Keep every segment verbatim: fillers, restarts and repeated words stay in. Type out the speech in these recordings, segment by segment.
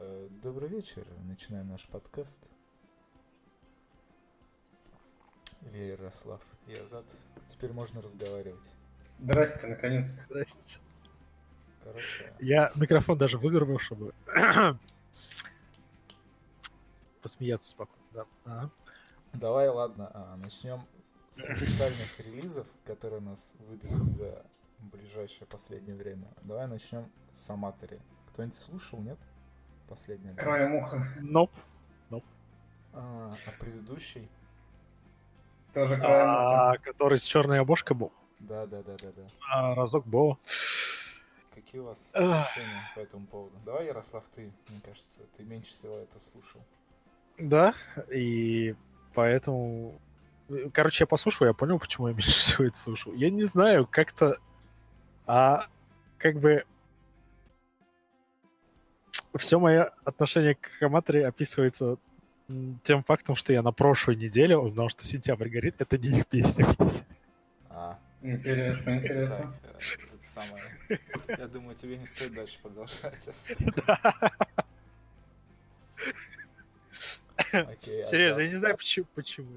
Э, Добрый вечер. Начинаем наш подкаст. Илья Ярослав и Азат. Теперь можно разговаривать. Здрасте, наконец-то. Здрасте. Короче, Я микрофон даже выгрузил, чтобы посмеяться спокойно. Да. Ага. давай, ладно, а, начнем с музыкальных релизов, которые нас выдали за ближайшее последнее время. Давай начнем с Аматори. Кто-нибудь слушал, нет? Последний альбом? Краем уха. Ноп. А, а предыдущий? Тоже краем уха. А, который с черной обложкой был. Да, да, да, да, да. А, разок был. Какие у вас Ах. ощущения по этому поводу? Давай, Ярослав, ты, мне кажется, ты меньше всего это слушал. Да, и поэтому... Короче, я послушал, я понял, почему я меньше всего это слушал. Я не знаю, как-то... А как бы... Все мое отношение к Аматори описывается м, тем фактом, что я на прошлой неделе узнал, что «Сентябрь горит» — это не их песня. А, Интересно, так, интересно. э, это самое. Я думаю, тебе не стоит дальше продолжать. Окей, Серьезно, я Азат. не знаю, почему. почему.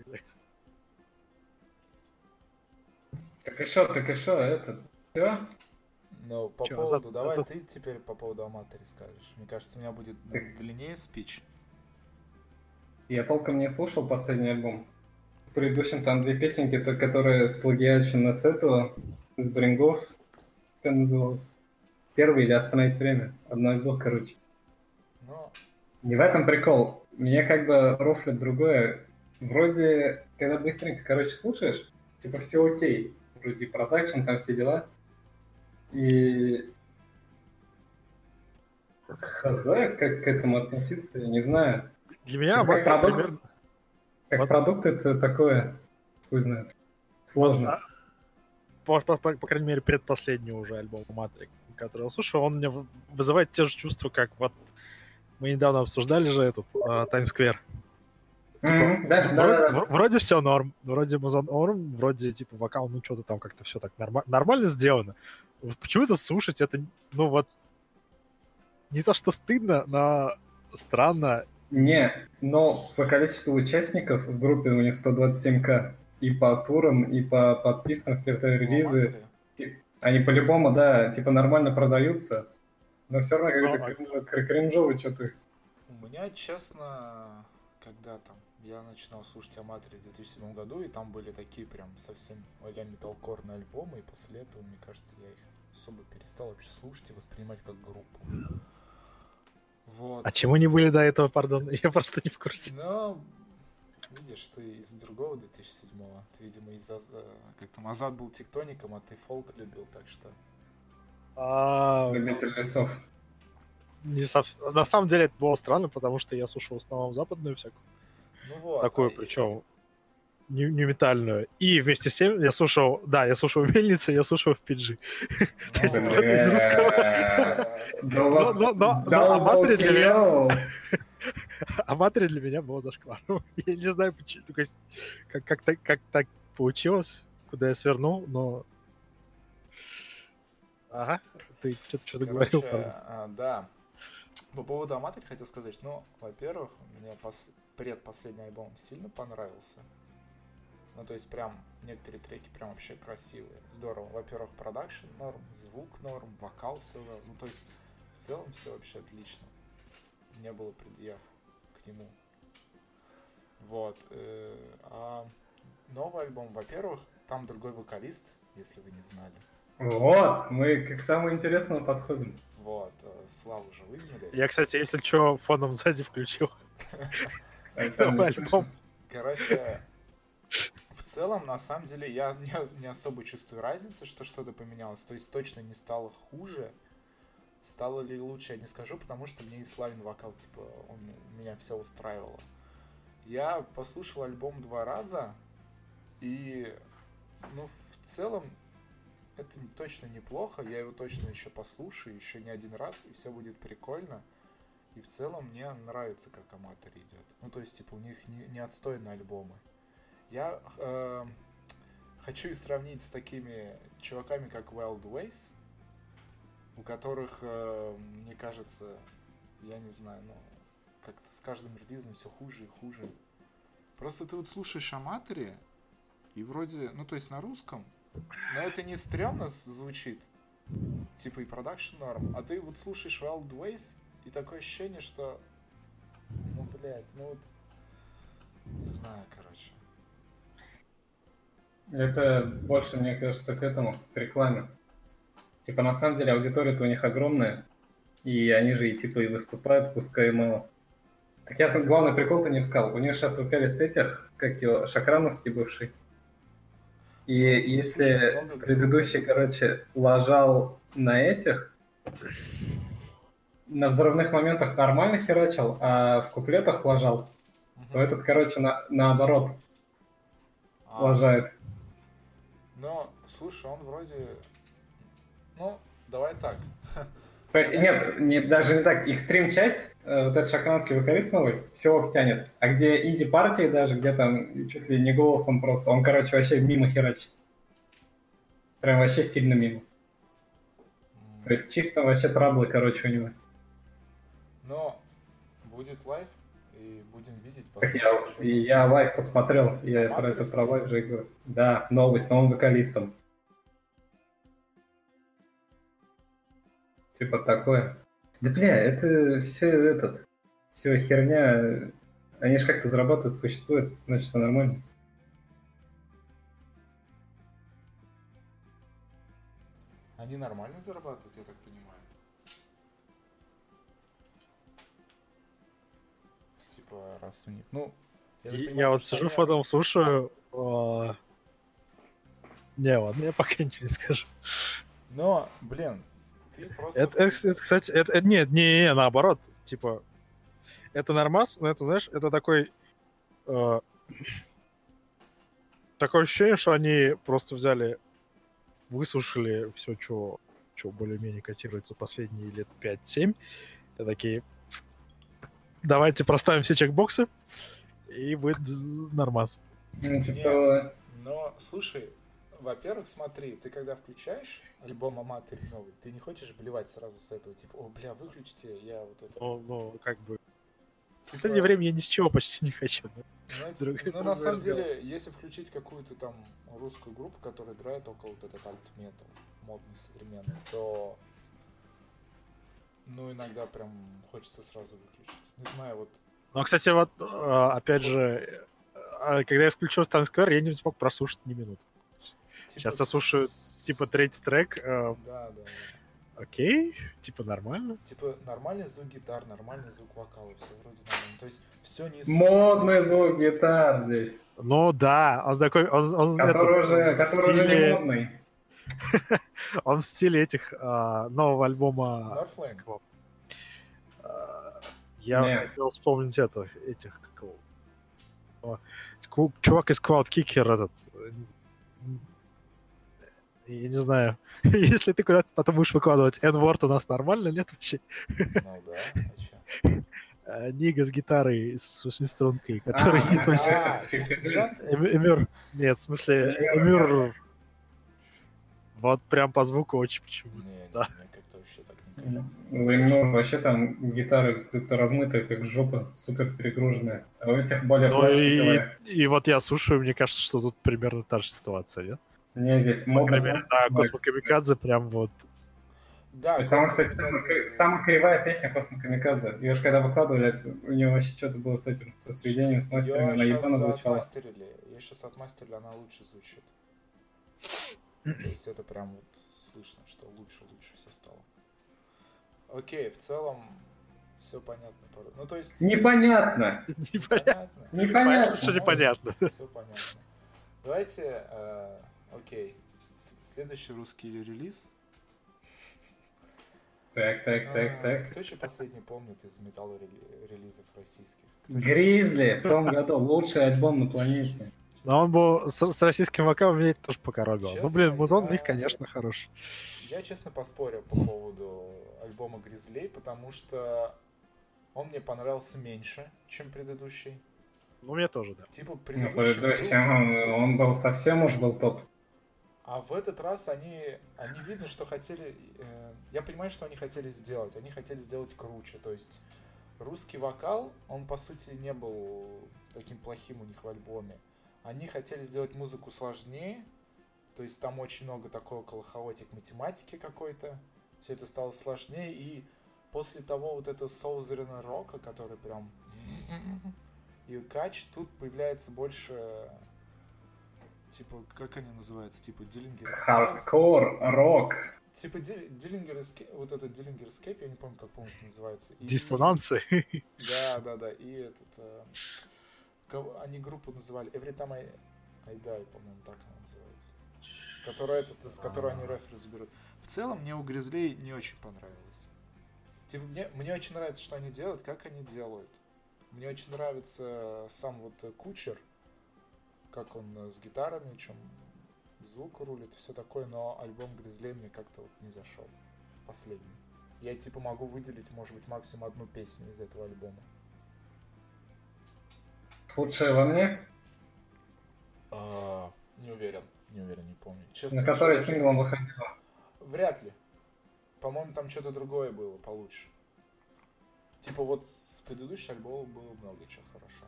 Так и шо, так и шо, этот. Все? Ну, по Чё, поводу, Азат- давай Азат- ты теперь по поводу Аматори скажешь. Мне кажется, у меня будет Так. длиннее спич. Я толком не слушал последний альбом. В предыдущем там две песенки, то- которые сплагиачены с этого, с Брингов. Как называлось? Первый или «Остановить время». Одно из двух, короче. Но, Не в этом прикол. Мне как бы рофлит другое. Вроде, когда быстренько, короче, слушаешь, типа все окей. Вроде продакшн, там все дела. И хз, как к этому относиться, я не знаю. Для меня Ну, как Аматори продукт? примерно... Как Вот. продукт это такое, хуй знает, сложно. А, По, по- по- по крайней мере, предпоследний уже альбом Аматори, который я слушаю, он мне в- вызывает те же чувства, как вот мы недавно обсуждали же этот Таймс Сквер. Типа, Мгм, да, да, вроде, да, да. в- вроде все норм, вроде музон норм, вроде типа вокал, ну что-то там как-то все так норма- нормально сделано. Вот почему-то слушать это, ну вот, не то что стыдно, но странно. Не, но по количеству участников в группе у них сто двадцать семь тысяч. И по турам, и по подпискам, все это у релизы. Аматори, Ти- Они по-любому, да, типа нормально продаются. Но все равно Но, как-то кринж- кр- кринжово что-то. у меня, честно, когда там я начинал слушать Аматори в две тысячи седьмом году, и там были такие прям совсем а-ля металкорные альбомы, и после этого, мне кажется, я их особо перестал вообще слушать и воспринимать как группу. Вот. а чему не были до этого, пардон? Я просто не в курсе. Но, видишь, ты из другого две тысячи седьмого. Ты, видимо, из Аз- э, как там Азат был тектоником, а ты фолк любил, так что. А, Любитель лесов. не сов- На самом деле это было странно, потому что я слушал в основном западную всякую. Ну вот. Такую, а и- причем не, не метальную. И вместе с тем я слушал, да, я слушал в Мельнице, я слушал в пи джи. То есть Ну, вот из русского. э, Да у вас Но- но- но дал Аматори для меня- Балтио. Аматори для меня было зашкваром. Я не знаю, почему, то есть, как, как, так, как так получилось, куда я свернул, но... Ага, ты что-то что-то говорил. Короче, пардон. а, да. По поводу Аматори хотел сказать, что, ну, во-первых, мне пос- предпоследний альбом сильно понравился. Ну, то есть, прям, некоторые треки прям вообще красивые. Здорово. Во-первых, продакшн норм, звук норм, вокал все норм. Ну, то есть, в целом все вообще отлично. Не было предъяв к нему. Вот. э, А новый альбом, во-первых, там другой вокалист, если вы не знали. Вот, мы к самому интересному подходим. Вот. э, Славу же выгнали. Я, кстати, если что, фоном сзади включил. А там не Новый слышно. альбом. Короче, в целом, на самом деле, я не, не особо чувствую разницы, что что-то поменялось. То есть точно не стало хуже. Стало ли лучше, я не скажу, потому что мне и Славин вокал, типа, он меня все устраивало. Я послушал альбом два раза, и, ну, в целом, это точно неплохо. Я его точно еще послушаю, еще не один раз, и все будет прикольно. И в целом мне нравится, как Аматори идет. Ну, то есть, типа, у них не, не отстойные альбомы. Я э, хочу их сравнить с такими чуваками, как Wild Ways, у которых, э, мне кажется, я не знаю, ну, как-то с каждым релизом все хуже и хуже. Просто ты вот слушаешь Аматори, и вроде, ну, то есть на русском, но это не стрёмно звучит, типа и продакшн норм, а ты вот слушаешь Wild Ways, и такое ощущение, что, ну, блядь, ну вот, не знаю, короче. Это больше, мне кажется, к этому, к рекламе. Типа, на самом деле, аудитория-то у них огромная, и они же и типа и выступают, пускай и мало. Так я главный прикол-то не рассказал. У них сейчас выкались этих, как его, Шакрановский бывший. И Ну, если слушай, много где предыдущий, выкались. короче, лажал на этих, на взрывных моментах нормально херачил, а в куплетах лажал, Мгм. то этот, короче, на, наоборот А, лажает. но, слушай, он вроде, ну, давай так. То есть, Я- нет, не, даже не так. Экстрим часть, э, вот этот шакранский вокалист новый, все тянет. А где изи партии даже, где там чуть ли не голосом просто, он, короче, вообще мимо херачит. Прям вообще сильно мимо. м, То есть чисто вообще траблы, короче, у него. Но будет лайв, и будем видеть, Так посмотрим, я, что и там. я лайв посмотрел, я про это Аматоровский? про лайв же и говорю. Да, новый с новым вокалистом. Типа такое. Да бля, это все этот, все херня. Они же как-то зарабатывают, существуют, значит, все нормально. Они нормально зарабатывают, я так понимаю. Типа, раз у них. Ну, я так И понимаю, я то, вот что сижу они- потом слушаю. а, Не, ладно, я пока ничего не скажу. Но, блин, ты просто. Это, это, это, кстати, это, это- нет, не, не, наоборот, типа, это нормас, но это, знаешь, это такой, э, такое ощущение, что они просто взяли, выслушали все, что, что более-менее котируется последние лет пять-семь, и такие, давайте проставим все чекбоксы, и будет нормас. Ну, типа Не, того. но, слушай, во-первых, смотри, ты когда включаешь альбом Аматори новый, ты не хочешь блевать сразу с этого, типа, о, бля, выключите, я вот это... Ну, ну, как бы, в Типа, последнее время я ни с чего почти не хочу. но Ну, т- друг- ну, на другой самом разговор. деле, если включить какую-то там русскую группу, которая играет около вот этот альт-метал, модный, современный, то, ну, иногда прям хочется сразу выключить. Не знаю, вот... Ну, кстати, вот, э, опять же, э, когда я включил Times Square, я не смог прослушать ни минуты. Типа, Сейчас я слушаю, с- типа, третий трек, э, Да, да, да. окей, типа, нормально. Типа, нормальный звук гитар, нормальный звук вокала, все вроде нормально. То есть, все не супер Модный клишэ. звук гитар здесь. Ну, да, он такой, он, он, Который этот, уже, он в который уже не стиле, модный. он в стиле этих э, нового альбома. Northlane. как его, э, я Не. хотел вспомнить это, этих, как его, о, ку- чувак из Cloud Kicker этот, э, я не знаю, если ты куда-то потом будешь выкладывать N-word, у нас нормально, нет вообще? Ну да, а чё? Э, Нига с гитарой, с восьмистрункой, который А, не твой... А, это, Fifty фифти Cent? Эм- Эмир, нет, в смысле, э, Эмир, вот прям по звуку очень почему-то. Не, не, Да. мне как-то вообще так не кажется. У Эминора вообще там гитары как-то размытые, как жопа, супер перегруженная. А у этих более Ну и, пластиковые. и вот я слушаю, мне кажется, что тут примерно та же ситуация, нет? Не, здесь По модно крайней мере, да, пластиковые. Космо Камикадзе прям вот... Да, Это, он, Космо кстати, Камикадзе- самая, кри- самая кривая песня Космо Камикадзе. Ее же когда выкладывали, это- у него вообще что-то было с этим, со сведением, с мастером, Ее она сейчас ебано звучала. отмастерили. Ее сейчас отмастерили, она лучше звучит. То есть это прям вот слышно, что лучше-лучше все стало. Окей, в целом все понятно. порой. Ну, то есть... Непонятно. Непонятно, Непонятно. Непонятно. что непонятно. Все понятно. Давайте, э, окей, С- следующий русский релиз. Так, так, так, А, так. Кто еще последний помнит из металл релизов российских? Кто ещё- Гризли в том году лучший альбом на планете. Но он был с, с российским вокалом, меня это тоже покоробило. Ну, блин, Честно, музон у я- них, конечно, хороший. Я честно поспорю по поводу альбома Гризлей, потому что он мне понравился меньше, чем предыдущий. Ну, мне тоже, да. Типа Ну, предыдущий предыдущий, был, он, он был совсем уж был топ. а в этот раз они, они видно, что хотели э, я понимаю, что они хотели сделать. Они хотели сделать круче. То есть русский вокал, он по сути не был таким плохим у них в альбоме. Они хотели сделать музыку сложнее. То есть там очень много такого около хаотик математики какой-то. Все это стало сложнее. И после того вот этого Southern рока, который прям... И кач, тут появляется больше... Типа, как они называются? Типа Dillinger Escape. Хардкор, рок. Типа Dillinger Escape, вот этот Dillinger Escape, я не помню, как полностью называется. И... Диссонансы. Да, да, да. И этот... Э... Кого... Они группу называли Every Time I, I Die, по-моему, так она называется. Которая этот, с которой они референс берут. В целом, мне у Гризлей не очень понравилось. Типа, мне, мне очень нравится, что они делают, как они делают. Мне очень нравится сам вот Кучер, как он с гитарами, чем звук рулит, все такое, но альбом Гризлей мне как-то вот не зашел. Последний. Я типа могу выделить, может быть, максимум одну песню из этого альбома. Худшее во мне? А, не уверен, не уверен, не помню. Честно, на которой даже... синглом выходила? Вряд ли. По-моему, там что-то другое было получше. Типа вот с предыдущего альбома было много чего хорошо.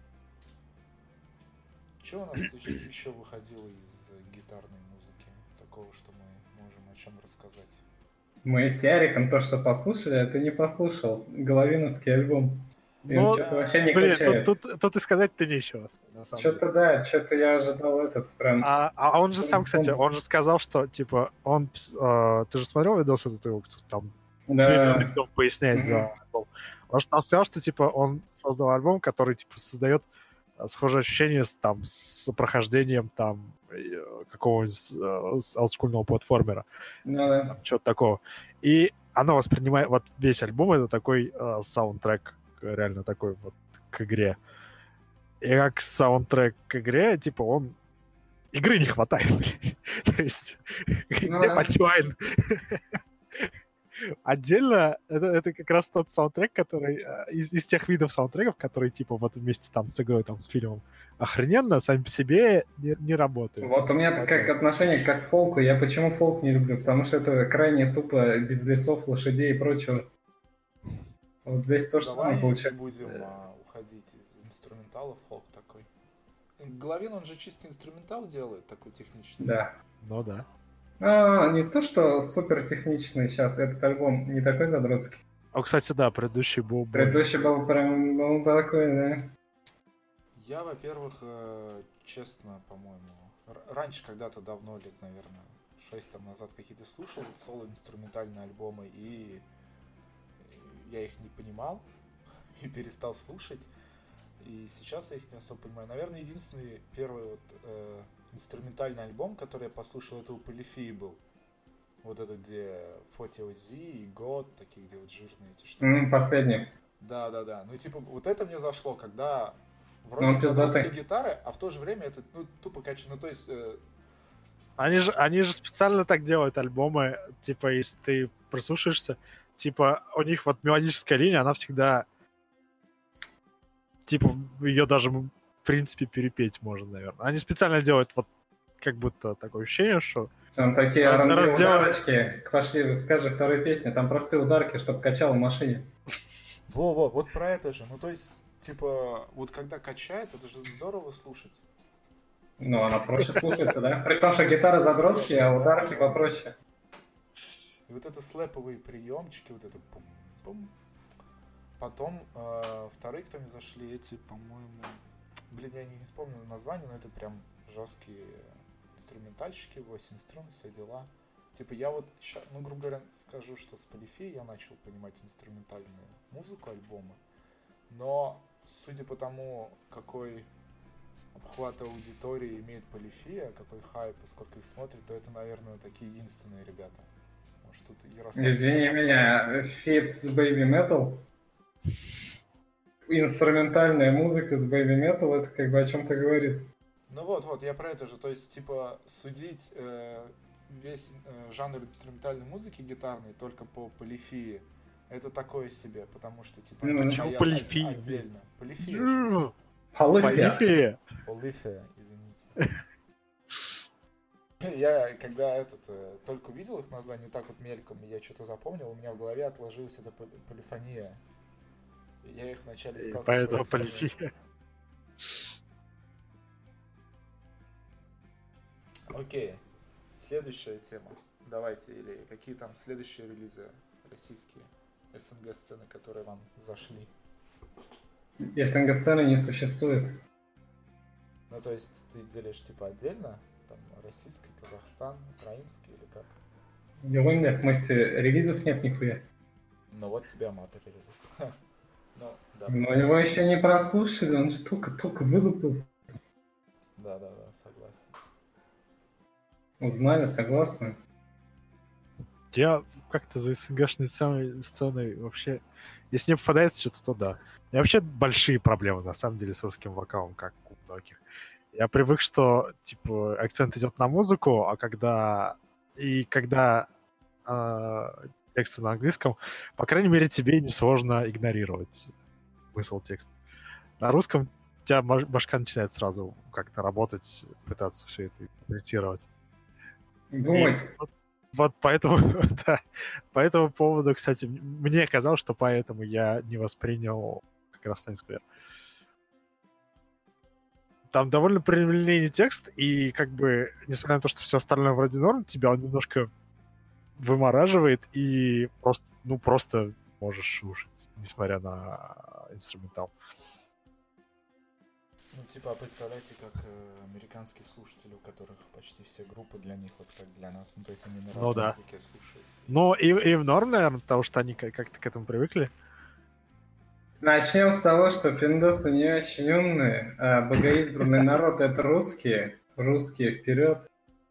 Что у нас еще выходило из гитарной музыки? Такого, что мы можем о чем рассказать. Мы с Яриком то, что послушали, а ты не послушал. Головиновский альбом. Ну, что-то вообще не блин, качает. тут, тут, тут и сказать-то нечего, на самом Что-то деле. да, что-то я ожидал этот прям... А, а он же сам, кстати, солнце. он же сказал, что, типа, он... Э, ты же смотрел видос этот, его, там, Да. кто поясняет Мгм. за альбом. Он же там сказал, что, типа, он создал альбом, который, типа, создает э, схожее ощущение с, там, с прохождением, там, э, какого-нибудь э, с олдскульного платформера. Ну да. Там, чего-то такого. И оно воспринимает... Вот весь альбом — это такой э, саундтрек, реально такой вот к игре. И как саундтрек к игре, типа, он... Игры не хватает, блядь. То есть, Ну где да. панчлайн? Отдельно, это, это как раз тот саундтрек, который... э, Из, из тех видов саундтреков, которые, типа, вот вместе там с игрой, там, с фильмом, охрененно, сами по себе не, не работают. Вот у меня как отношение как к фолку. Я почему фолк не люблю? Потому что это крайне тупо, без лесов, лошадей и прочего. Вот здесь то же Давай самое не получается. будем а, уходить из инструментала, фолк такой. Головин, он же чисто инструментал делает, такой техничный. Да. Ну да. А, не то, что супер техничный сейчас, этот альбом не такой задротский. А, кстати, да, предыдущий был... более- Предыдущий был прям, ну, такой, да. Я, во-первых, э, честно, по-моему, р- раньше когда-то давно, лет, наверное, шесть там назад какие-то слушал вот соло-инструментальные альбомы, и я их не понимал и перестал слушать. И сейчас я их не особо понимаю. Наверное, единственный первый вот э, инструментальный альбом, который я послушал, это у Полифии был. Вот это, где Фоти Ози и God, такие, где вот жирные эти штуки. М, Последний. Да, да, да. Ну, типа, вот это мне зашло, когда Ну, вроде он пиздатый. задротские гитары, а в то же время это, ну, тупо качано. Ну, то есть, э, Они же, они же специально так делают альбомы, типа, если ты прислушаешься, типа, у них вот мелодическая линия, она всегда, типа, ее даже, в принципе, перепеть можно, наверное. Они специально делают вот как будто такое ощущение, что... Там такие Раз- ар энд би разделывай. ударочки пошли в каждой второй песне. Там простые ударки, чтобы качало в машине. во-во, вот про это же. Ну, то есть, типа, вот когда качает, это же здорово слушать. Ну, она проще слушается, да? При том, что гитары задротские, а ударки попроще. И вот это слэповые приемчики, вот это пум-пум. Потом э, вторые, кто мне зашли, эти, по-моему... Блин, я не, не вспомню название, но это прям жесткие инструментальщики, восемь струн, все дела. Типа я вот, ща- ну, грубо говоря, скажу, что с Полифией я начал понимать инструментальную музыку, альбомы. Но, судя по тому, какой обхват аудитории имеет Полифия, какой хайп и сколько их смотрит, то это, наверное, такие единственные ребята. Может, тут Ярослав... Извини меня, фит с Baby Metal. Инструментальная музыка с Baby Metal, это как бы о чем-то говорит. Ну вот, вот, я про это же. То есть, типа, судить э, весь э, жанр инструментальной музыки гитарной только по полифии, это такое себе, потому что, типа, Ну, они почему стоят полифия, от- отдельно. Полифия же. Жу, Полыфия. Полифия. Полифия, извините. Я, когда этот, э, только увидел их название, так вот мельком, я что-то запомнил, у меня в голове отложилась эта поли- полифония. И я их вначале И искал как поэтому полифонию. полифия. Окей, следующая тема. Давайте, или какие там следующие релизы российские СНГ сцены, которые вам зашли? СНГ-сцены не существует. Ну, то есть ты делишь типа отдельно, там, российский, Казахстан, украинский или как? Его нет, в смысле, релизов нет нихуя. Ну, вот тебе аматор релиз. Ну, да, Но его еще не прослушали, он же только-только вылупился. Да, да, да, согласен. Узнали, согласны. Я как-то за СНГшной сценой, сценой вообще... Если не попадается что-то, то да. У меня вообще большие проблемы, на самом деле, с русским вокалом, как у многих. Я привык, что, типа, акцент идет на музыку, а когда... И когда э, тексты на английском, по крайней мере, тебе несложно игнорировать смысл текста. На русском у тебя башка начинает сразу как-то работать, пытаться все это интерпретировать. Думать. И вот, вот поэтому, да, по этому поводу, кстати, мне казалось, что поэтому я не воспринял как раз Times Square. Там довольно прямолинейный текст, и как бы, несмотря на то, что все остальное вроде норм, тебя он немножко вымораживает, и просто, ну, просто можешь слушать, несмотря на инструментал. Ну, типа, представляете, как э, американские слушатели, у которых почти все группы для них, вот как для нас. Ну, то есть они на родном Ну да. языке слушают. Ну, и, и в норм, наверное, потому что они как-то к этому привыкли. Начнем с того, что пиндосы не очень умные, а богоизбранный народ — это русские. Русские вперед.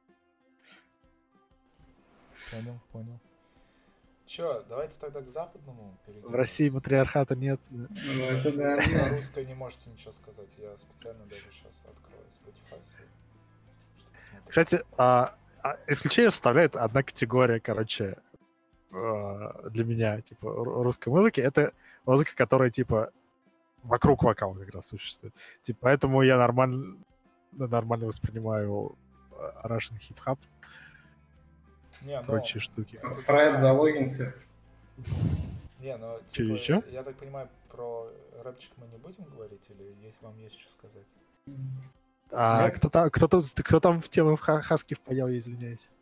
Понял, понял. Чё, давайте тогда к западному перейдем. В России матриархата нет. Ну, В это России да. вы на русской не можете ничего сказать. Я специально даже сейчас открою Spotify свой, чтобы посмотреть. Кстати, а, а, исключение составляет одна категория, короче, э, для меня, типа, ру- русской музыки. Это музыка, которая, типа, вокруг вокала как раз существует. Типа, поэтому я нормально, нормально воспринимаю э, Russian хип-хап Не, и ну, прочие штуки. это Фред, такая- залогинься. Не, ну, Чё, типа, чё? я так понимаю, про рэпчик мы не будем говорить, или есть, вам есть что сказать? А Нет. кто там, кто, тут- кто там в тему ха- хаски впаял, я извиняюсь.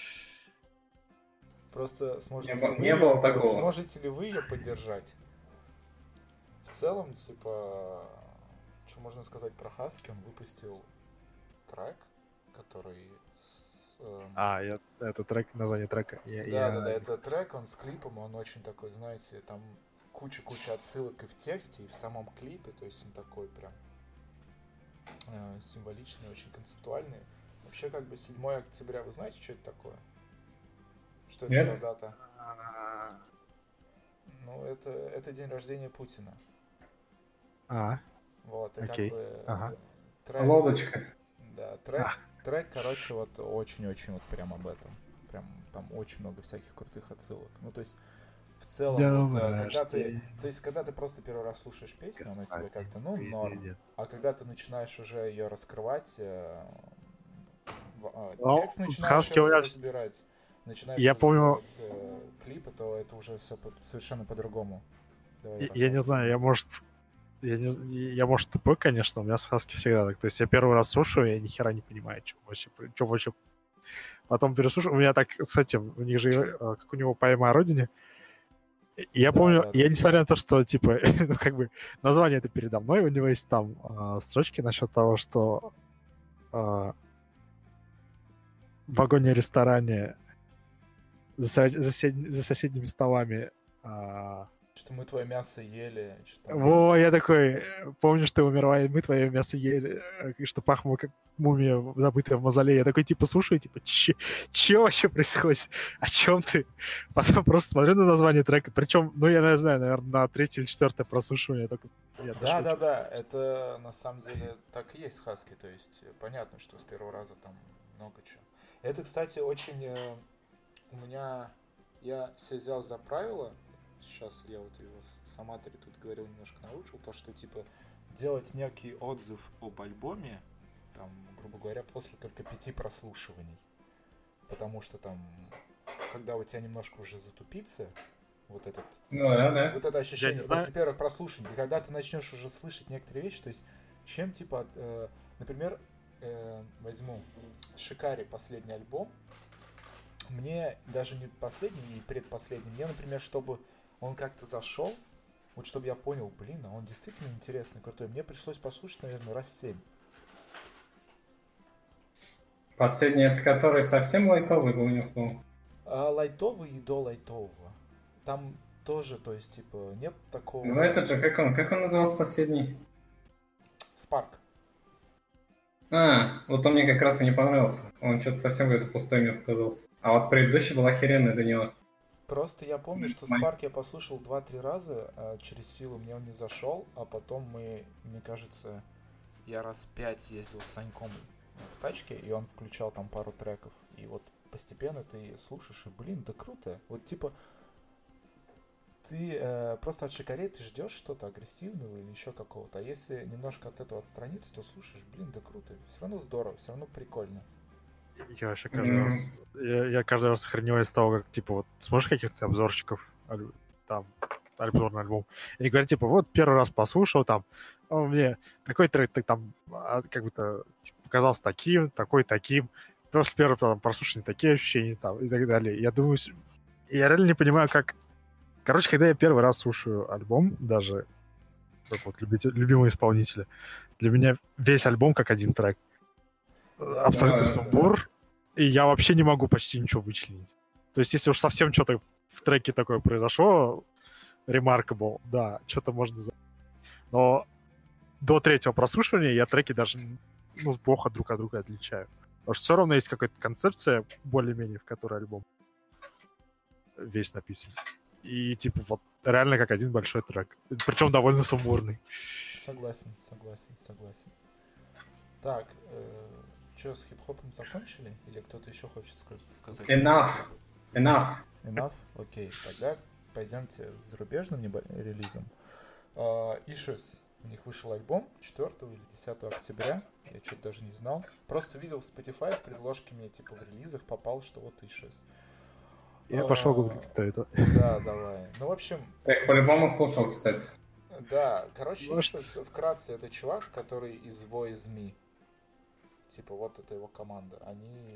Просто сможете, Не ли было- вы, не было её- такого. сможете ли вы ее поддержать? В целом, типа, что можно сказать про Хаски? Он выпустил трек, который с, эм, А, я, это трек, название трека. Я, да, я- да, да, это трек, он с клипом, он очень такой, знаете, там куча-куча отсылок и в тексте, и в самом клипе, то есть он такой прям э, символичный, очень концептуальный. Вообще, как бы седьмое октября, вы знаете, что это такое? Что это Нет. за дата? А, Ну, это, это день рождения Путина. А, Вот, и Окей. как бы Ага. трек, Лодочка. да, трек, А. трек, короче, вот очень-очень вот прям об этом. Прям там очень много всяких крутых отсылок. Ну, то есть, в целом, Днём вот, э, когда ты, рождения, то есть, когда ты просто первый раз слушаешь песню, она тебе господин как-то, ну, норм. президент. А когда ты начинаешь уже ее раскрывать, э, в- а, Ну, текст с начинаешь Хаски у меня вс- разбирать, начинаешь Я помню- разбирать э, клипы, то это уже все совершенно по-другому. Давай Я, я не рассказывай. знаю, я, может, я, не, з- я, может, тупой, конечно, у меня с Хаски всегда так. То есть я первый раз слушаю, я ни хера не понимаю, что вообще, что вообще. Потом переслушаю. У меня так с этим, у них же, э, как у него поэма о родине. И я Да, помню, да, я да. несмотря на то, что, типа, ну, как бы, название это передо мной, у него есть там а, строчки насчет того, что а, в вагоне-ресторане за, со- за сед- за соседними столами а, Что мы твое мясо ели, что там- Во, я такой, э, помнишь, ты умерла, и мы твое мясо ели, э, и что пахнуло как мумия, забытая в мавзолее. Я такой, типа, слушаю, типа, че, че вообще происходит? О чем ты? Потом просто смотрю на название трека, причем, ну, я не знаю, наверное, на третье или четвертое прослушивание только я Да, дошло, да, что- да, это на самом деле так и есть с Хаски, то есть э, понятно, что с первого раза там много чего. Это, кстати, очень э, у меня, я себе взял за правило, сейчас я вот его с, с Аматори тут говорил, немножко научил, то, что, типа, делать некий отзыв об альбоме, там, грубо говоря, после только пяти прослушиваний. потому что там, когда у тебя немножко уже затупится, вот этот, Ну да, да. вот это ощущение не знаю. после первых прослушаний, и когда ты начнешь уже слышать некоторые вещи, то есть, чем типа, э, например, э, возьму Шикари последний альбом, мне даже не последний и предпоследний, мне, например, чтобы он как-то зашел, вот чтобы я понял, блин, а он действительно интересный, крутой, мне пришлось послушать, наверное, раз семь. Последний, это который совсем лайтовый был, у них был. А лайтовый и до лайтового. Там тоже, то есть, типа, нет такого... Ну этот же, как он, как он назывался последний? Спарк. А, вот он мне как раз и не понравился. Он что-то совсем какой-то пустой мне показался. А вот предыдущий был охеренный до него. Просто я помню, что Май- Спарк я послушал два-три раза, а через силу мне он не зашел, а потом мы, мне кажется, я раз пять ездил с Саньком в тачке, и он включал там пару треков, и вот постепенно ты слушаешь, и блин, да круто. Вот типа ты э, просто от Шикарей ты ждешь что-то агрессивного или еще какого-то, а если немножко от этого отстраниться, то слушаешь, блин, да круто, все равно здорово, все равно прикольно. Я вообще каждый Мгм. раз... Я, я каждый раз охреневаю с того, как, типа, вот смотришь каких-то обзорщиков, аль- там, обзор на альбом, и они говорят, типа, вот первый раз послушал, там, «О, мне такой трек ты там а, как будто типа, показался таким, такой таким, после первого там, прослушивания такие ощущения там и так далее». Я думаю, с- я реально не понимаю, как... Короче, когда я первый раз слушаю альбом, даже как вот любите- любимого исполнителя, для меня весь альбом как один трек. Да, Абсолютно да, да. сумбур, и я вообще не могу почти ничего вычленить. То есть, если уж совсем что-то в треке такое произошло, remarkable, да, что-то можно... за- Но до третьего прослушивания я треки даже ну, плохо друг от друга отличаю. Потому что все равно есть какая-то концепция, более-менее, в которой альбом весь написан. И, типа, вот реально как один большой трек. Причем довольно сумбурный. Согласен, согласен, согласен. Так, э, что, с хип-хопом закончили? Или кто-то еще хочет ска- сказать? Enough. Enough. Enough? Окей, тогда пойдемте с зарубежным небо- релизом. Uh, Issues. У них вышел альбом четвёртого или десятого октября. Я что-то даже не знал. Просто видел в Spotify в предложке мне, типа, в релизах попал, что вот Issues. Я А, пошел гуглить, кто это. Да, давай. Ну, в общем... Я их по-любому слушал, кстати. Да, короче, Может. Issues, вкратце, это чувак, который из Woe Is Me. Типа, вот это его команда. Они...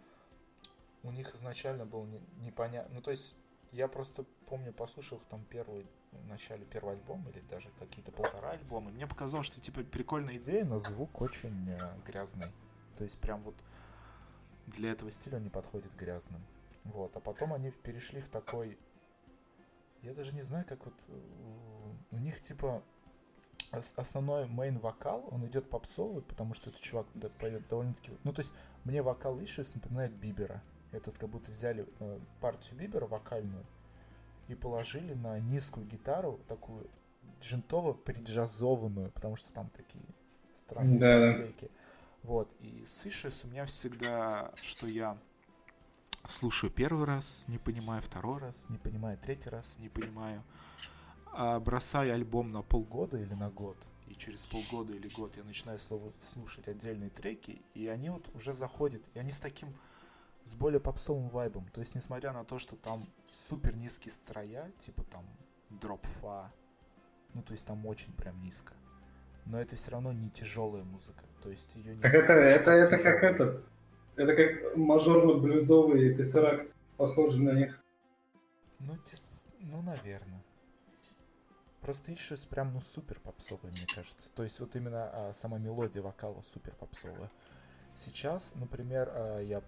У них изначально был не- непонятно... Ну, то есть, я просто помню, послушал их там первый... В начале первого альбома, или даже какие-то полтора альбома. Мне показалось, что, типа, прикольная идея, но звук очень э, грязный. То есть, прям вот для этого стиля он не подходит грязным. Вот. А потом они перешли в такой... Я даже не знаю, как вот... У, у них, типа... ос- Основной мейн-вокал, он идет попсовый, потому что этот чувак да, поет довольно-таки... Ну, то есть, мне вокал Issues напоминает Бибера. Этот как будто взяли э, партию Бибера вокальную и положили на низкую гитару, такую джентово-приджазованную, потому что там такие странные Да, да. партейки. Вот. И с Issues у меня всегда, что я слушаю первый раз, не понимаю второй раз, не понимаю третий раз, не понимаю. А бросаю альбом на полгода или на год, и через полгода или год я начинаю слово слушать отдельные треки, и они вот уже заходят, и они с таким, с более попсовым вайбом. То есть, несмотря на то, что там супер низкие строя, типа там дроп-фа, ну то есть там очень прям низко, но это все равно не тяжелая музыка. То есть ее Так нельзя это, слушать это, это как тяжелой. этот. Это как мажорно-блюзовый тессеракт. Похоже на них. Ну, тес- ну, наверное. Просто Issues прям, ну, супер попсовая, мне кажется. То есть вот именно а, сама мелодия вокала супер попсовая. Сейчас, например, а, я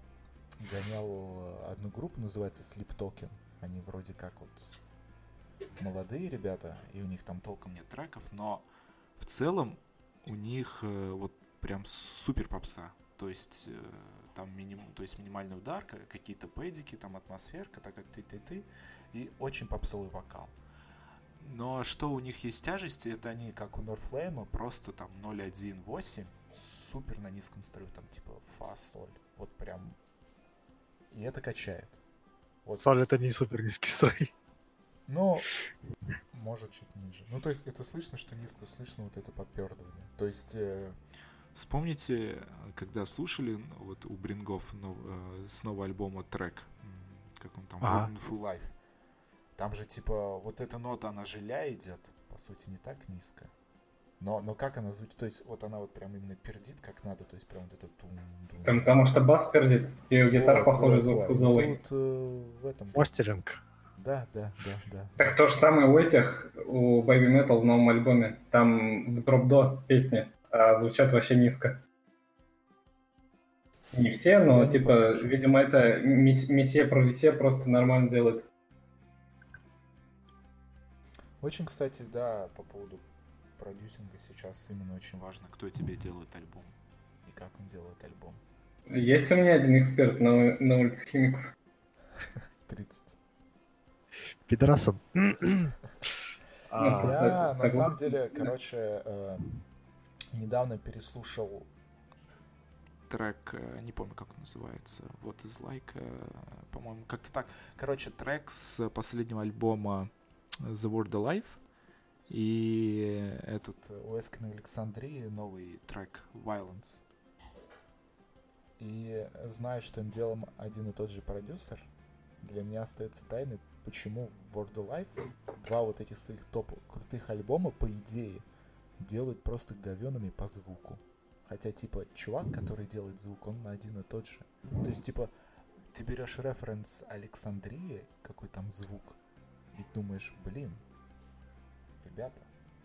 гонял одну группу, называется Sleep Token. Они вроде как вот молодые ребята, и у них там толком нет треков, но в целом у них э, вот прям супер попса. То есть э, там миним, то есть минимальный удар, ка- какие-то пэдики, там атмосферка, так как ты-ты-ты, и очень попсовый вокал. Но что у них есть тяжести, это они, как у Норфлейма, просто там ноль один восемь, супер на низком строю, там типа фа, соль. Вот прям. И это качает. Вот. Соль — это не супер низкий строй. Но может чуть ниже. Ну, то есть это слышно, что низко, слышно вот это подпердывание. То есть э, Вспомните, когда слушали вот у Брингов нов, э, с нового альбома трек, как он там, Ага. Wonderful Life. Там же, типа, вот эта нота, она же ля идет, по сути, не так низко. Но, но как она звучит? То есть, вот она вот прям именно пердит как надо, то есть прям вот это тум-дум. Там, потому что бас пердит, и у гитар Вот, похожий вот, звук вот. у Золы. Тут э, в этом... Мастеринг. Да, да, да, да. Так то же самое у этих, у Baby Metal в новом альбоме. Там в дроп-до песни, а звучат вообще низко. Не все, но, Я не типа, послушал. видимо, это мис- месье провисе просто нормально делает. Очень, кстати, да, по поводу продюсинга сейчас именно очень важно, кто тебе делает альбом и как он делает альбом. Есть у меня один эксперт на, на улице Химиков. тридцать. Пидорасон. Ну, А, со- Я, на согласен. самом деле, короче, э, недавно переслушал трек, э, не помню, как он называется, вот из лайка, по-моему, как-то так. Короче, трек с последнего альбома The Word Alive, и этот у Эскина Александрии новый трек Violence. И знаю, что им делал один и тот же продюсер, для меня остается тайной, почему Word Alive два вот этих своих топ крутых альбома, по идее, делают просто говёными по звуку. Хотя, типа, чувак, который делает звук, он один и тот же. То есть, типа, ты берешь референс Александрии, какой там звук, и думаешь, блин, ребята.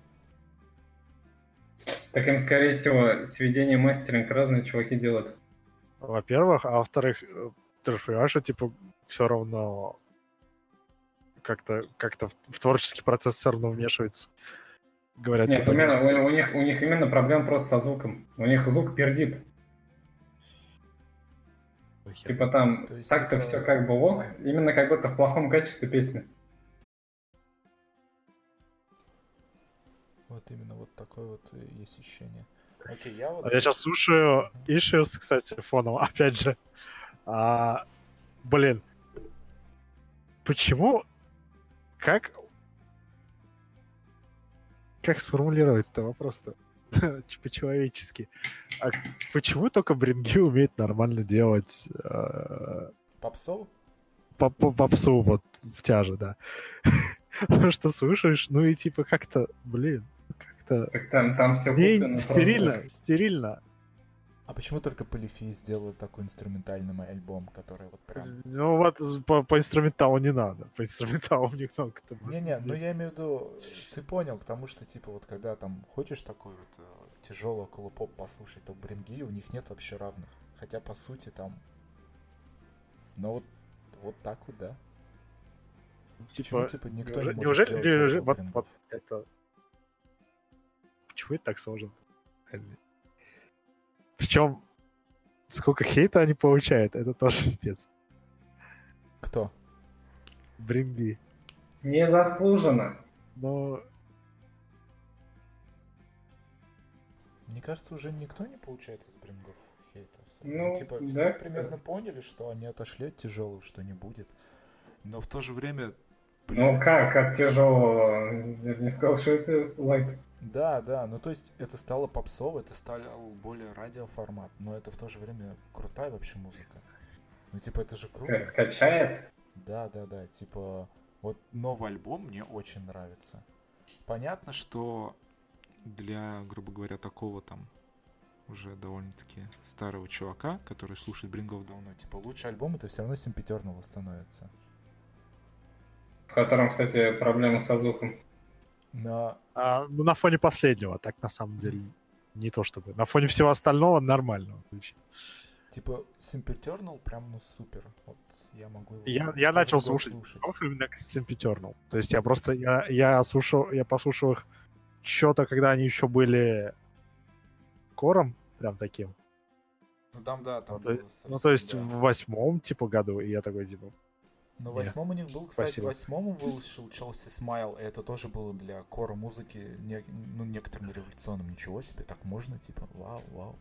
Так им, скорее всего, сведение мастеринг разные чуваки делают. во-первых, а во-вторых, э, ты же понимаешь, что, типа, все равно как-то как-то в, в творческий процесс все равно вмешивается. Говорят, Нет, типа, примерно, у, у них, у них именно проблема просто со звуком. У них звук пердит. ну, хер. Типа там То есть, так-то типа, все как бы ок, да. именно как будто в плохом качестве песни. Вот именно вот такое вот э, есть ощущение. Окей, я вот... А я сейчас слушаю Мгм. Issues, кстати, фоном, опять же. А, блин, почему, как, как сформулировать-то вопрос-то по-человечески? А почему только Бринги умеет нормально делать э, Попсов? по, по попсу вот в тяже, да? Потому что слушаешь, ну и типа как-то, блин, как-то Так там, там все не куплено стерильно, просто. стерильно. А почему только Полифи сделал такой инструментальный мой альбом, который вот прям... Ну вот по, по инструменталу не надо. По инструменталу у них много-то может Не-не, ну быть. я имею в виду, ты понял, потому что, типа, вот когда там хочешь такой вот э, тяжелый около-поп послушать, то Бринги у них нет вообще равных. Хотя, по сути, там... Но вот, вот так вот, да. Почему, типа, никто неужели, не может неужели, сделать неужели- около вот, Брингов? вот это... Почему это так сложно? Причем, сколько хейта они получают, это тоже пипец. Кто? Бринги. Незаслуженно. Но Мне кажется, уже никто не получает из Брингов хейта. особо. Ну, типа, да, все кстати. примерно поняли, что они отошли от тяжелого, что не будет. Но в то же время... Ну как, как тяжело. Я бы не сказал, что это лайт. Да, да, ну то есть это стало попсово, это стал более радиоформат, но это в то же время крутая вообще музыка. Ну типа это же круто. Как качает. Да, да, да, типа вот новый альбом мне очень нравится. Понятно, что для, грубо говоря, такого там уже довольно-таки старого чувака, который слушает Брингов давно, типа лучший альбом это все равно Симпетернала становится. В котором, кстати, проблема со звуком. Но а, ну, на фоне последнего, так на самом деле не то чтобы. На фоне всего остального нормально звучит. типа Симпетернал прям ну супер. Вот я могу его Я, я каждый начал год слушать, слушать. именно Симпетернал. То есть я просто, я, я слушал, я послушал их что-то, когда они еще были кором, прям таким. Ну там да, там Ну, то, было совсем, ну, то есть да. в восьмом, типа, году, и я такой, типа, Но в Не. восьмом у них был, кстати, Спасибо. в восьмом вышел Челси Смайл, и это тоже было для кора музыки, не, ну, некоторым революционным. Ничего себе, так можно, типа, вау, вау.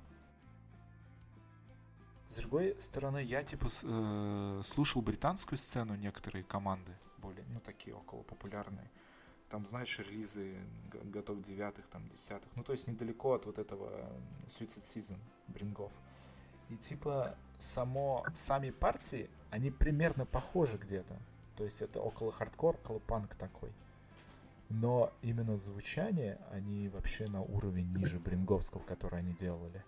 С другой стороны, я, типа, с- э, слушал британскую сцену, некоторые команды, более, ну, такие около популярные. там, знаешь, релизы годов девятых, там, десятых. Ну, то есть недалеко от вот этого Suicide Season Брингов. И типа само, сами партии, они примерно похожи где-то. То есть это около хардкор, около панк такой. Но именно звучание, они вообще на уровень ниже бринговского, который они делали.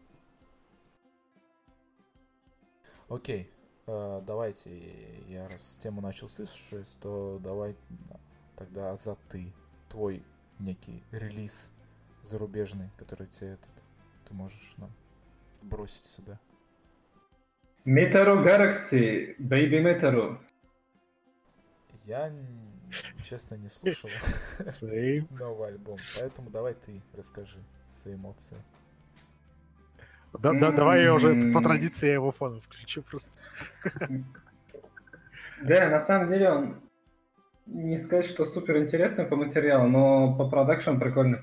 Окей, э, давайте, я раз тему начал слышать, то давай тогда за ты, твой некий релиз зарубежный, который тебе этот, ты можешь нам бросить сюда. Meteoro Galaxy, Baby Meteoro. Я, честно, не слушал новый альбом, поэтому давай ты расскажи свои эмоции. Да, да, давай я уже по традиции я его фоном включу просто. Да, на самом деле он не сказать, что супер интересный по материалу, но по продакшн прикольный.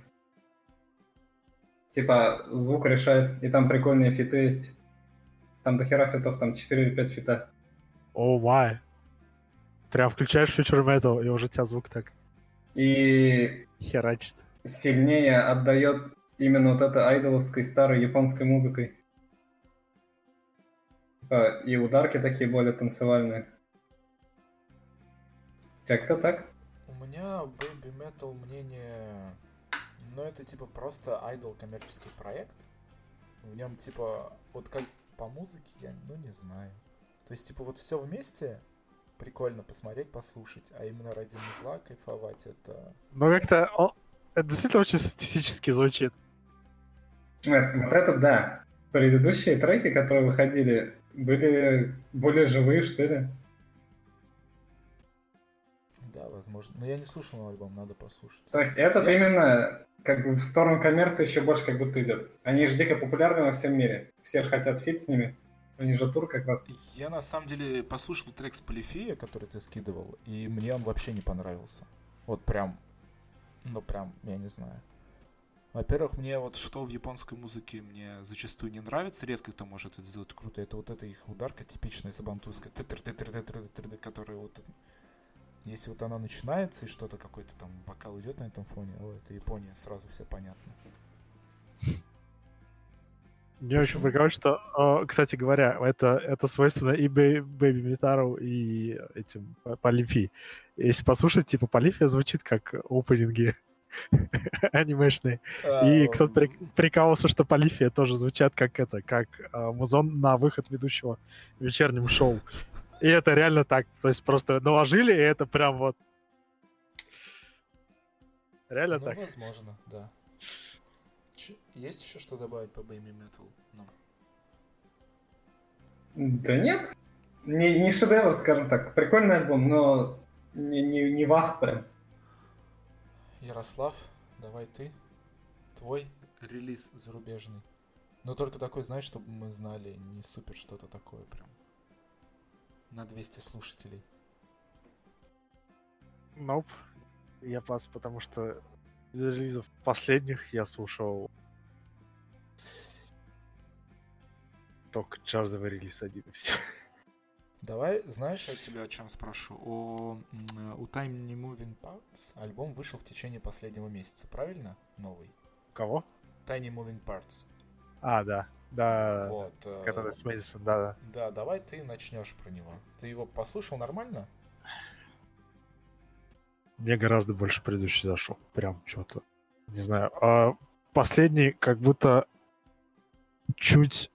Типа звук решает, и там прикольные фиты есть. Там дохера фитов, там четыре или пять фита. О май. Прям включаешь фьючер метал, и уже тебя звук так И херачит. Сильнее отдает именно вот этой айдоловской старой японской музыкой. И ударки такие более танцевальные. Как-то так. У меня Baby Metal мнение... Ну, это типа просто айдол коммерческий проект. В нем типа, вот как по музыке, я ну не знаю. То есть типа вот все вместе прикольно посмотреть, послушать, а именно ради музла кайфовать это... Ну как-то он... это действительно очень синтетически звучит. Нет, вот это да. Предыдущие треки, которые выходили, были более живые, что ли. Да, возможно. Но я не слушал новый альбом, надо послушать. То есть этот я... именно как бы в сторону коммерции еще больше как будто идет. Они же дико популярны во всем мире. Все же хотят фит с ними. У них же тур как раз. Я на самом деле послушал трек с Полифия, который ты скидывал, и мне он вообще не понравился. Вот прям, ну прям, я не знаю. Во-первых, мне вот что в японской музыке мне зачастую не нравится, редко кто может это сделать круто, это вот эта их ударка типичная сабантуйская, которая вот... Если вот она начинается и что-то какой-то там вокал идет на этом фоне, о, это Япония, сразу все понятно. Мне очень прикольно, что, кстати говоря, это, это свойственно и Baby Metal, и этим Полифи. Если послушать, типа, Полифия звучит как опенинги анимешные. И кто-то при, прикалывался, что Полифия тоже звучат как это, как а, музон на выход ведущего в вечернем шоу. И это реально так. То есть просто наложили, и это прям вот... Реально ну, так. Ну, возможно, да. Ч- есть еще что добавить по Baby Metal? No. Да нет. Не, не шедевр, скажем так. Прикольный альбом, но не, не, не вах прям. Ярослав, давай ты. Твой релиз зарубежный. Но только такой, знаешь, чтобы мы знали, не супер что-то такое прям. На двести слушателей. Nope. Я пас, потому что из релизов последних я слушал только джазовый релиз один и все. Давай, знаешь, я тебя о чем спрошу? О, у Tiny Moving Parts альбом вышел в течение последнего месяца, правильно? Новый. Кого? Tiny Moving Parts. А, да. Да, вот, который э, с Мэдисон, да, да. Да, давай ты начнешь про него. Ты его послушал нормально? Мне гораздо больше предыдущий зашел. Прям что-то. Не знаю. А последний как будто чуть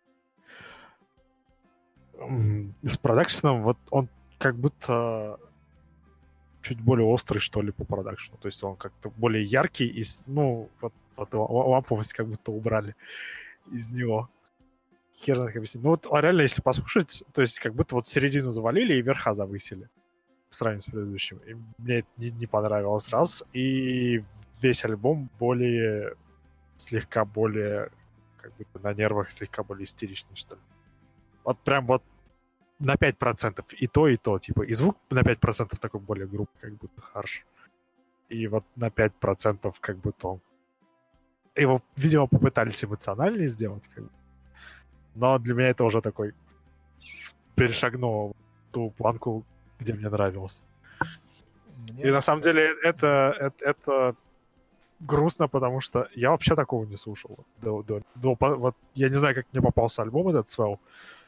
с продакшеном, вот он как будто чуть более острый, что ли, по продакшену. То есть он как-то более яркий, и, ну, вот, вот ламповость как будто убрали из него. Хер знает, как объяснить. Ну вот, а реально, если послушать, то есть как будто вот середину завалили и верха завысили в сравнении с предыдущим. И мне это не, не понравилось раз. И весь альбом более, слегка более, как будто на нервах, слегка более истеричный, что ли. Вот прям вот на пять процентов и то, и то. Типа и звук на пять процентов такой более грубый, как будто харш. И вот на пять процентов как будто он... Его, видимо, попытались эмоциональнее сделать, как бы. Но для меня это уже такой перешагнул ту планку, где мне нравилось. Мне И на самом са- деле это, это, это грустно, потому что я вообще такого не слушал. До, до, до- по- вот я не знаю, как мне попался альбом этот Swell.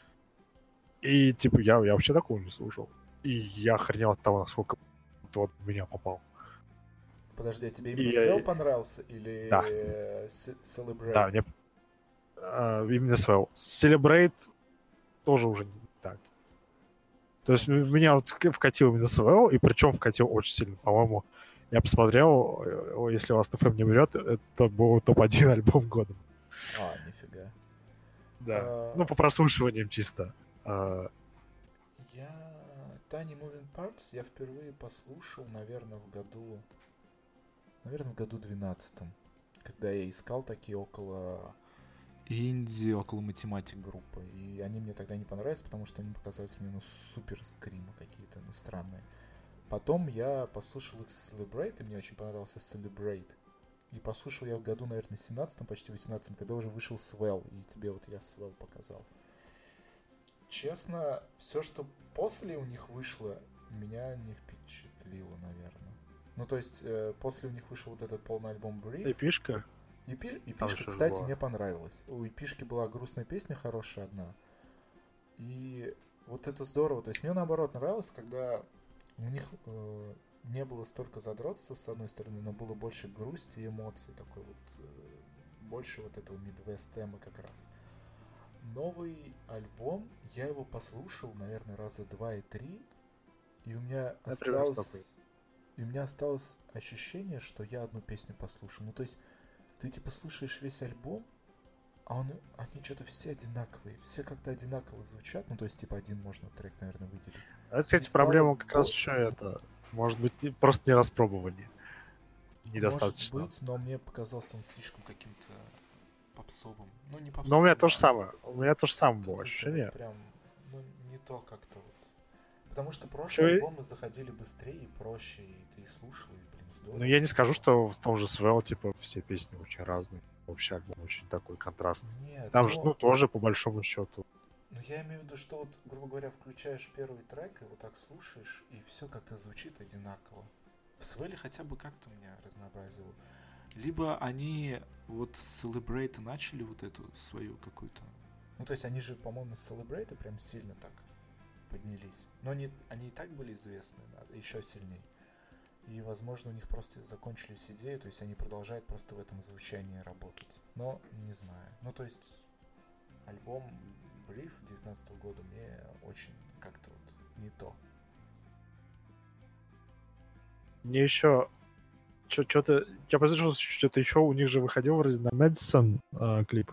И типа я, я вообще такого не слушал. И я охренел от того, насколько вот в меня попал. Подожди, а тебе И именно я- Swell понравился или Да. э, С- Celebrate? Да, мне а, именно Swell. Celebrate тоже уже не так. То есть Конечно. в меня вот к- вкатил именно Swell, и причем вкатил очень сильно, по-моему. Я посмотрел, э, если вас эф эм не врет, это был топ один альбом года. А, нифига. Да. А, Ну, по прослушиваниям чисто. А, Я Tiny Moving Parts я впервые послушал, наверное, в году... Наверное, в году двенадцатом. Когда я искал такие около инди, около математик группы. И они мне тогда не понравились, потому что они показались мне, ну, супер скримы какие-то, ну, странные. Потом я послушал их Celebrate, и мне очень понравился Celebrate. И послушал я в году, наверное, семнадцатом, почти восемнадцатом, когда уже вышел Swell, и тебе вот я Swell показал. Честно, все, что после у них вышло, меня не впечатлило, наверное. Ну, то есть, э, после у них вышел вот этот полный альбом Brief. эпишка. Эпи- Там Эпишка, что ж кстати, было? мне понравилась. У Эпишки была грустная песня хорошая одна. И вот это здорово. То есть мне наоборот нравилось, когда у них э, не было столько задротства, с одной стороны, но было больше грусти и эмоций. Такой вот, э, больше вот этого Midwest темы как раз. Новый альбом, я его послушал, наверное, раза два и три, и у меня Например, осталось... стопы. И у меня осталось ощущение, что я одну песню послушал. Ну, то есть, ты типа слушаешь весь альбом, а он, они что-то все одинаковые, все как-то одинаково звучат. Ну, то есть, типа, один можно трек, наверное, выделить. А, кстати, И стало проблема как раз бо- еще это. Может быть, не- просто не распробовали. Недостаточно. Может быть, но мне показался он слишком каким-то попсовым. Ну, не попсовым. Но у меня то же а самое. У меня то же самое было какой-то ощущение. вот прям, ну, не то как-то вот. Потому что прошлые Чё и- альбомы заходили быстрее и проще, и ты их слушал, и, блин, здорово. Но я не скажу, что в том же Swell, типа, все песни очень разные. Вообще альбом очень такой контрастный. Нет, Там ну, же, ну, тоже, по большому счету. ну, я имею в виду, что вот, грубо говоря, включаешь первый трек, и вот так слушаешь, и все как-то звучит одинаково. В Свеле хотя бы как-то меня разнообразило. Либо они вот с Celebrate начали вот эту свою какую-то... Ну, то есть они же, по-моему, с Celebrate прям сильно так поднялись. Но они, они и так были известны, да, еще сильнее. И, возможно, у них просто закончились идеи, то есть они продолжают просто в этом звучании работать. Но не знаю. Ну, то есть альбом Brief девятнадцатого года мне очень как-то вот не то. Мне еще что-то... Я послышал, что-то еще у них же выходил вроде на Madison э, клип.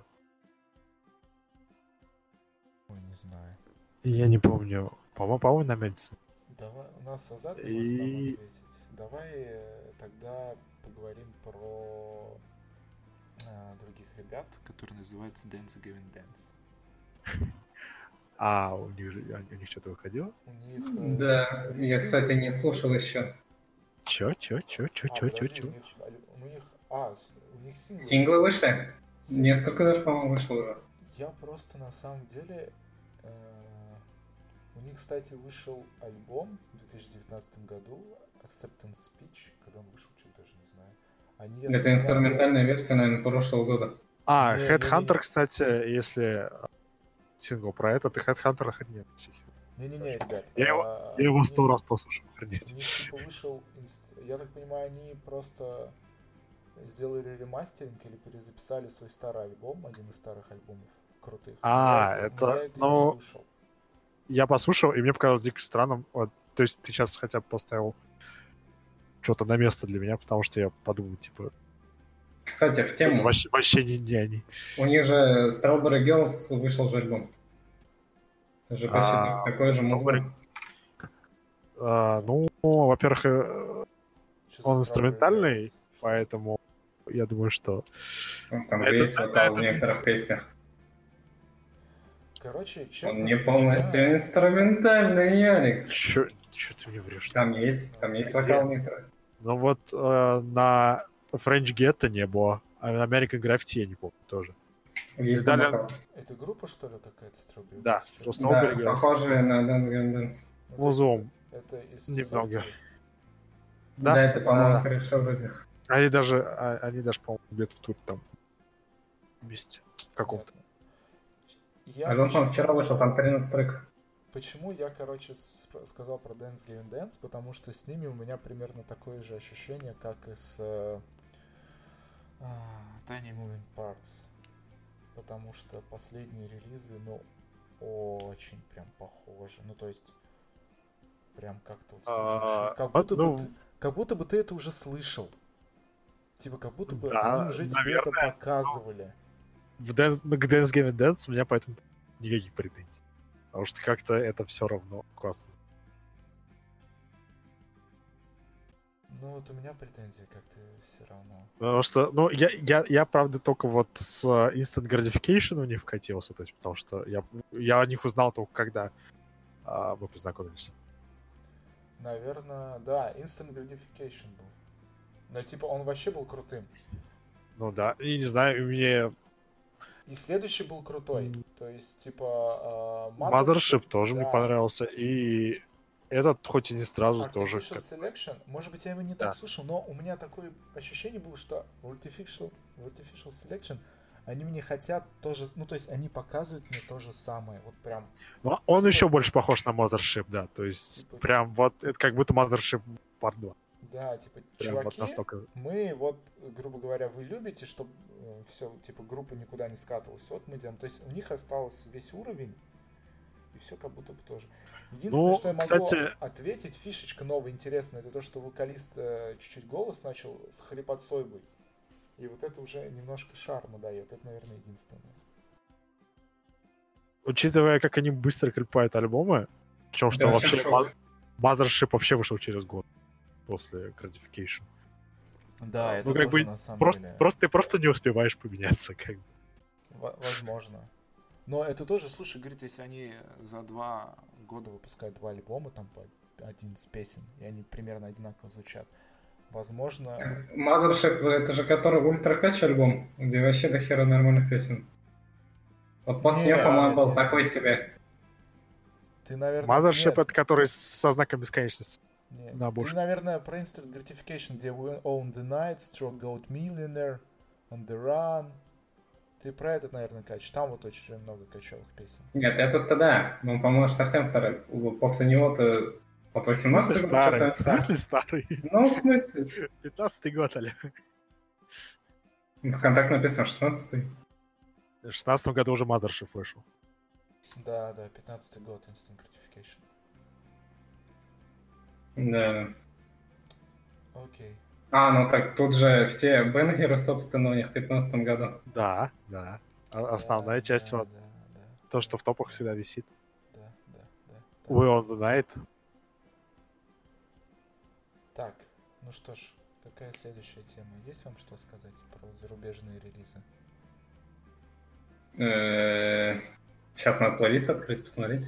Ой, не знаю. И я не помню. По-моему, по-моему, на Madison. Давай, у нас Азат не И- может нам ответить. Давай э, тогда поговорим про э, других ребят, которые называются Dance Gavin Dance. А, у них, же- у них что-то выходило? У них... э, Да, с- я, кстати, не сингл- слушал еще. Чё, чё, чё, чё, А, чё, чё, подожди, чё? у них, аль- у них, а, с- у них синглы. Синглы вышли? Синглы. Несколько даже, по-моему, вышло уже. Я просто на самом деле... э, у них, кстати, вышел альбом в две тысячи девятнадцатом году, Acceptance Speech, когда он вышел, что даже не знаю. Они, я так Это понимаю, инструментальная версия, наверное, прошлого года. А, Не, Headhunter, не-не-не. кстати, если сингл про это, ты Headhunter охренел. Не-не-не, ребят. Я его, а, я его у сто них- раз послушал, У охренеть. них типа вышел, инс- я так понимаю, они просто сделали ремастеринг или перезаписали свой старый альбом, один из старых альбомов крутых. А, я это, я это ну, не слушал. Я послушал, и мне показалось дико странным. Вот, то есть ты сейчас хотя бы поставил что-то на место для меня, потому что я подумал, типа, Кстати, в это тему. вообще, вообще не, не они. У них же Strawberry Girls вышел же альбом. Это же почти А, такое же Strawberry- музло. А, ну, во-первых, э, Что за он Strawberry инструментальный, Girls? Что? поэтому я думаю, что... Там же Это- есть вокал в это- некоторых песнях. Короче, честно, Он не для полностью меня- инструментальный, Ярик. Чё, чё ты мне врешь? Там есть, там есть Где? вокал в некоторых. Ну вот э, на French Ghetto не было, а на American Graffiti я не помню тоже. Есть И там далее- вокал. Это группа, что ли, какая-то Strawberry Да, Girls? просто Да, Strawberry Girls. похожие на Dance Game Dance. Ну, то есть Музлом. Это, это из Немного. тусовки? Да, Да, это, по-моему, да. хорошо вроде. Они даже, а- они даже, по-моему, где-то в туре там вместе, в каком-то. Понятно. Я Альбом, по-моему, почему, вчера вышел, там тринадцать треков. почему я, короче, с- сказал про Dance Gavin Dance, потому что с ними у меня примерно такое же ощущение, как и с э, а, Tiny Moving Parts. Потому что последние релизы, ну, очень прям похожи. Ну, то есть, прям как-то вот слушаешь. А, и Как вот, будто бы ну, ты, как будто бы ты это уже слышал. Типа, как будто бы они да, уже тебе это наверное. показывали. В Dance, ну, к Dance Game Dance у меня поэтому никаких претензий. Потому что как-то это все равно классно. Ну, вот у меня претензии как-то все равно. Потому что, ну, я, я, я, правда, только вот с Instant Gratification у них вкатился, то есть, потому что я, я о них узнал только когда а, мы познакомились. Наверное, да, Instant Gratification был. Но, типа, он вообще был крутым. Ну да, и не знаю, мне И следующий был крутой. м, То есть, типа, э, Mothership тоже мне да. понравился, и этот, хоть и не сразу, тоже Artificial как... Selection, может быть, я его не так Да. слушал, но у меня такое ощущение было, что в Artificial, в Artificial Selection они мне хотят тоже, ну, то есть они показывают мне то же самое, вот прям. Но он Типа- еще больше похож на Mothership, да, то есть Типа- прям вот, это как будто Mothership Part два. Да, типа, Прям вот чуваки, настолько... мы вот, грубо говоря, вы любите, чтобы все, типа, группа никуда не скатывалась, вот мы делаем. То есть у них остался весь уровень, и все как будто бы тоже. Единственное, Ну, что я могу кстати, ответить, фишечка новая, интересная, это то, что вокалист э, чуть-чуть голос начал с хрипотцой быть. И вот это уже немножко шарма дает. Это, наверное, единственное. учитывая, как они быстро клепают альбомы, причем что Да, вообще шок. Mothership вообще вышел через год после Gratification. Да, А, это ну, как тоже бы, на самом просто, деле просто ты просто не успеваешь поменяться, как бы. в- возможно. Но это тоже, слушай, говорит, если они за два года выпускают два альбома, там по одиннадцать песен, и они примерно одинаково звучат, возможно... Mothership, это же который ультракач альбом, где вообще до хера нормальных песен. Вот после Не, него, по-моему, не, был не, такой не. себе. Ты, наверное... Mothership Нет, это который со знаком бесконечности не. на Ты, обложке. наверное, про Instant Gratification, где We Own the Night, Stroke Goat Millionaire, On the Run. Ты про этот, наверное, кач. Там вот очень много качевых песен. Нет, этот-то да, но, по-моему, совсем старый. После него-то от В смысле восемнадцатого года старый? что-то... В смысле старый? Ну, в смысле? пятнадцатый год, Аля. В контакт написано шестнадцатый. В шестнадцатом году уже Mothership вышел. Да, да, пятнадцатый год Instant Gratification. Да. Окей. А, ну так, тут же все бенгеры, собственно, у них в пятнадцатом году. Да, да. А- Основная Да, часть да, вот да, да, то, что в топах всегда висит. да, да, да, да. We on the Night. Так, ну что ж, какая следующая тема? Есть вам что сказать про зарубежные релизы? Сейчас надо плейлист открыть, посмотреть.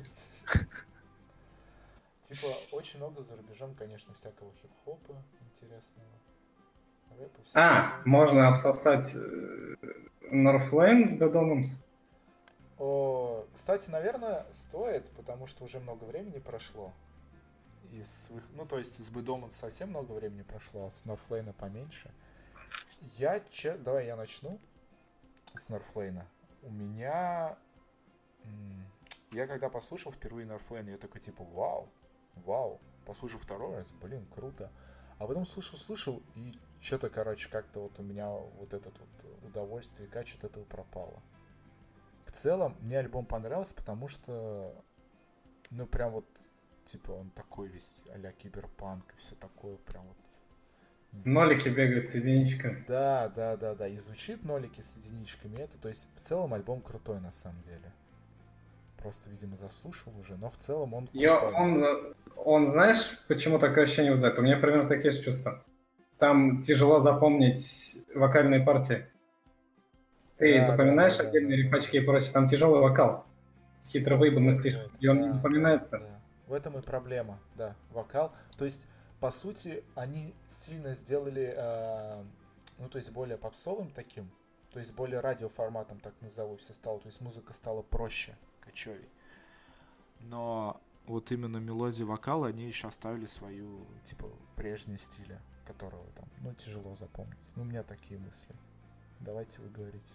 Типа, очень много за рубежом, конечно, всякого хип-хопа интересного. Рэпа, А, всякого. можно обсосать э, Northlane с Bad Omens. О, кстати, наверное, стоит, потому что уже много времени прошло. Из, вых- ну, то есть с Bad Omens совсем много времени прошло, а с Northlane поменьше. Я, че... Давай я начну с Northlane. У меня... м, Я когда послушал впервые Northlane, я такой типа, вау, вау. Послушал второй раз, блин, круто. А потом слушал, слушал, и что-то, короче, как-то вот у меня вот это вот удовольствие, кач от этого пропало. В целом, мне альбом понравился, потому что, ну, прям вот, типа, он такой весь а-ля киберпанк, и все такое, прям вот... не знаю. Нолики бегают с единичкой. Да, да, да, да, и звучит нолики с единичками, это, то есть, в целом, альбом крутой, на самом деле. Просто, видимо, заслушал уже, но в целом он крутой. Ё, он, э, он, знаешь, почему такое ощущение вызывает? У меня примерно такие же чувства. Там тяжело запомнить вокальные партии. Ты Да, запоминаешь да, да, отдельные да, да, рифачки и прочее, там тяжелый вокал. Хитро Вот, выебанный вот, слишком. вот, И он да, не да, запоминается. да. В этом и проблема, да, вокал. То есть, по сути, они сильно сделали, э, ну, то есть, более попсовым таким, то есть, более радиоформатом, так назову, все стало. То есть, музыка стала проще, кочевей. Но вот именно мелодии, вокала, они еще оставили свою, типа, прежние стили, которого там, ну, тяжело запомнить. Ну, у меня такие мысли. Давайте вы говорите.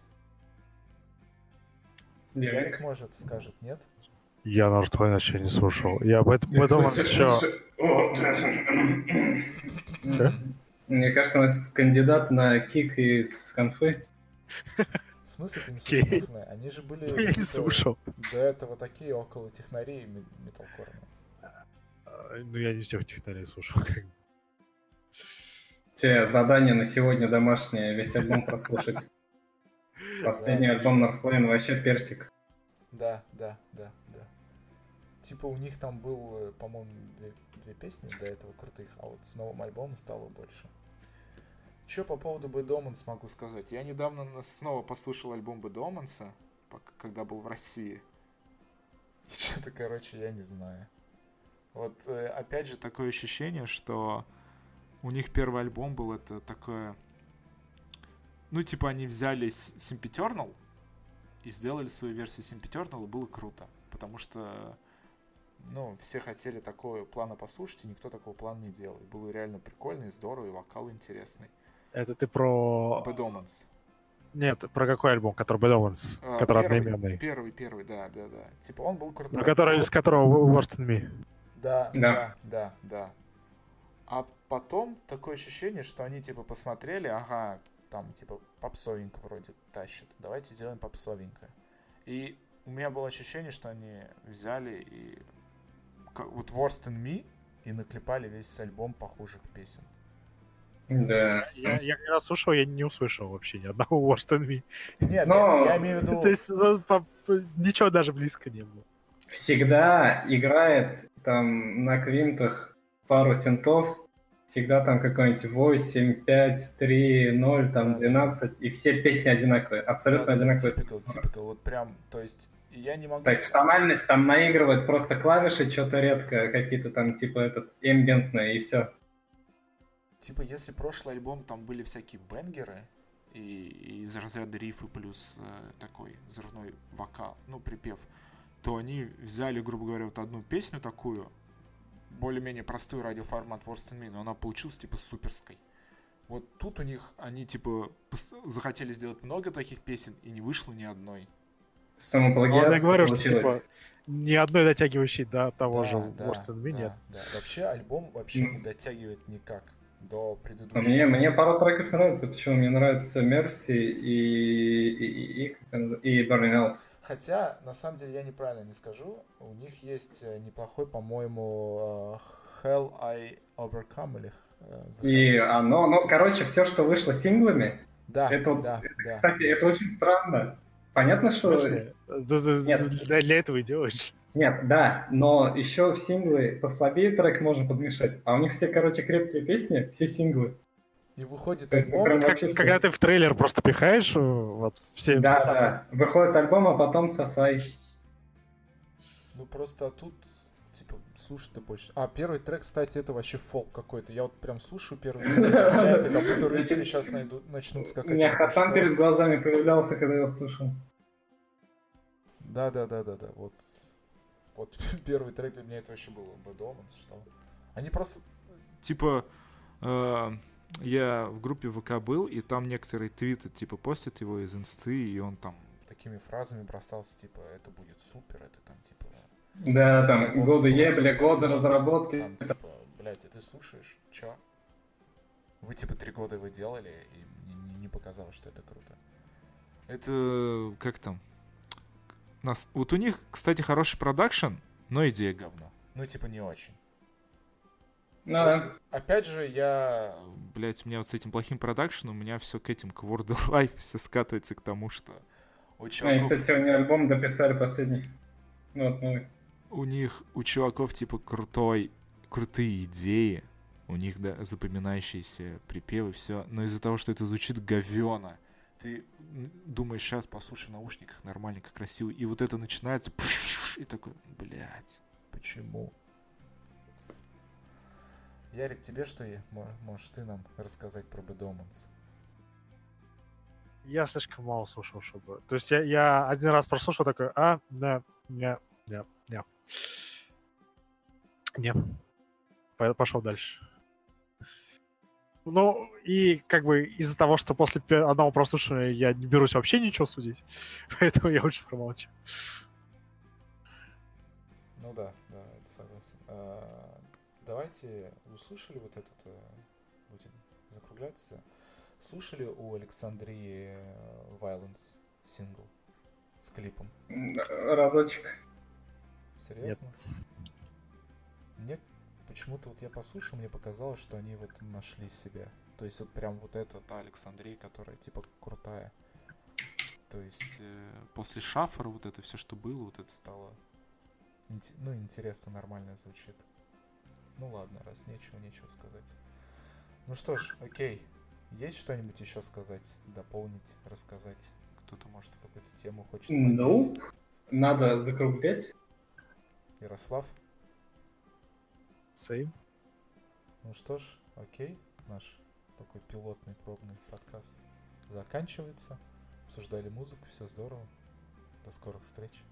Ярик, может, скажет нет? Я Нортвайн вообще не слушал. Я поэтому еще... Мне кажется, у нас кандидат на кик из конфы. В смысле ты не слушал конфы? Они же были Я не слушал. До этого такие около технарей металкорные. Ну, я не всех технарей слушал. Тебе задание на сегодня домашнее, весь альбом прослушать. Последний Да, альбом Northlane вообще персик. Да, да, да, да. Типа у них там был, по-моему, две, две песни до этого крутых, а вот с новым альбомом стало больше. Че по поводу Bad Omens могу сказать? Я недавно снова послушал альбом Bad Omens, когда был в России. И что-то, короче, я не знаю. Вот опять же такое ощущение, что у них первый альбом был это такое... Ну, типа, они взяли Sempiternal и сделали свою версию Sempiternal, и было круто. Потому что, ну, все хотели такое плана послушать, и никто такого плана не делал. И было реально прикольно и здорово, и вокал интересный. Это ты про... Bad Omens. Нет, про какой альбом, который Bad Omens, а, который первый, одноименный? Первый, первый, да, да, да. Типа, он был крутой. Ну, который, из которого Worse Than Me. Да, да, да, да, да. А потом такое ощущение, что они, типа, посмотрели, ага, там, типа, попсовенько вроде тащат. Давайте сделаем попсовенько. И у меня было ощущение, что они взяли и вот Worse Than Me и наклепали весь альбом похожих песен. Да. Я, я когда слушал, я не услышал вообще ни одного Worse Than Me. Нет, Но... нет, я имею в виду... То есть ничего даже близко не было. Всегда играет там на квинтах пару синтов, всегда там какой-нибудь восемь, пять, три, ноль, там да, двенадцать, да. И все песни одинаковые, абсолютно да, одинаковые. Да, typical, typical, вот прям, то есть я не могу... То есть в тональность там наигрывают просто клавиши, что-то редко, какие-то там типа этот эмбиентные и все. Типа если прошлый альбом там были всякие бенгеры, и, и из разряда рифы плюс э, такой взрывной вокал, ну припев, то они взяли, грубо говоря, вот одну песню такую, более-менее простой радиоформат Worse Than Me, но она получилась типа суперской. Вот тут у них они типа захотели сделать много таких песен, и не вышло ни одной. Самоплагиатство я говорю, получилось. Что, типа, ни одной дотягивающей до того да, же да, Worse Than Me да, нет. Да. Вообще альбом вообще mm. не дотягивает никак до предыдущего. Мне, мне пару треков нравится, почему мне нравится Mercy и, и, и, и, и Burning Out. Хотя, на самом деле, я неправильно не скажу. У них есть неплохой, по-моему, Hell I Overcome или... И оно, ну, короче, все, что вышло синглами, да, это, да, это да, кстати, да. это очень странно. Понятно, что... Нет. Для, для этого и делаешь. Нет, да, но еще в синглы послабее трек можно подмешать, а у них все, короче, крепкие песни, все синглы. И выходит То есть, альбом... Как, когда ты в трейлер просто пихаешь, вот, все... Да, все да, выходит альбом, а потом сосай. Ну, просто тут, типа, слушать-то больше... А, первый трек, кстати, это вообще фолк какой-то. Я вот прям слушаю первый трек, это как будто рыцари сейчас начнут скакать. У меня Хасан перед глазами появлялся, когда я слушал. Да-да-да-да-да, вот... Вот первый трек для меня это вообще было Bad Omens, что... Они просто... Типа, э, я в группе ВК был, и там некоторые твиты, типа, постят его из инсты, и он там такими фразами бросался, типа, это будет супер, это там, типа... Да, там, так, годы типа, ебля, годы разработки. Там, типа, блядь, ты слушаешь? Чё? Вы, типа, три года его делали, и не, не показалось, что это круто. Это... как там? Нас... Вот у них, кстати, хороший продакшн, но идея говно. Ну, типа, не очень. Ну вот, да. Опять же, я... Блять, у меня вот с этим плохим продакшеном, у меня все к этим, к Word of Life все скатывается к тому, что... У чуваков... Они, кстати, сегодня альбом дописали последний. Ну, вот новый. У них, у чуваков, типа, крутой... крутые идеи. У них, да, запоминающиеся припевы, все. Но из-за того, что это звучит говёно, ты думаешь, сейчас послушай в наушниках нормальненько, красиво, и вот это начинается, и такой, блядь, почему? Ярик, тебе что, можешь ты нам рассказать про Bad Omens? Я слишком мало слушал, чтобы... То есть я, я один раз прослушал такой, а, да, не, не, не. Не. По- Пошел дальше. Ну, и как бы из-за того, что после пе- одного прослушивания я не берусь вообще ничего судить, поэтому я лучше промолчу. Ну да, да, это согласен. А, давайте, вы слушали вот этот, э, будем закругляться, слушали у Александрии э, Violence сингл с клипом? М, Разочек. Нет. Серьезно? Мне почему-то вот я послушал, мне показалось, что они вот нашли себя. То есть вот прям вот эта та Александрия, которая типа крутая. То есть э, после Шафара вот это все, что было, вот это стало инте- ну, интересно, нормально звучит. Ну ладно, раз нечего, нечего сказать. Ну что ж, окей. Есть что-нибудь еще сказать, дополнить, рассказать? Кто-то, может, какую-то тему хочет поднять? Ну, надо закруглять. Ярослав? Same. Ну что ж, окей. Наш такой пилотный, пробный подкаст заканчивается. Обсуждали музыку, все здорово. До скорых встреч.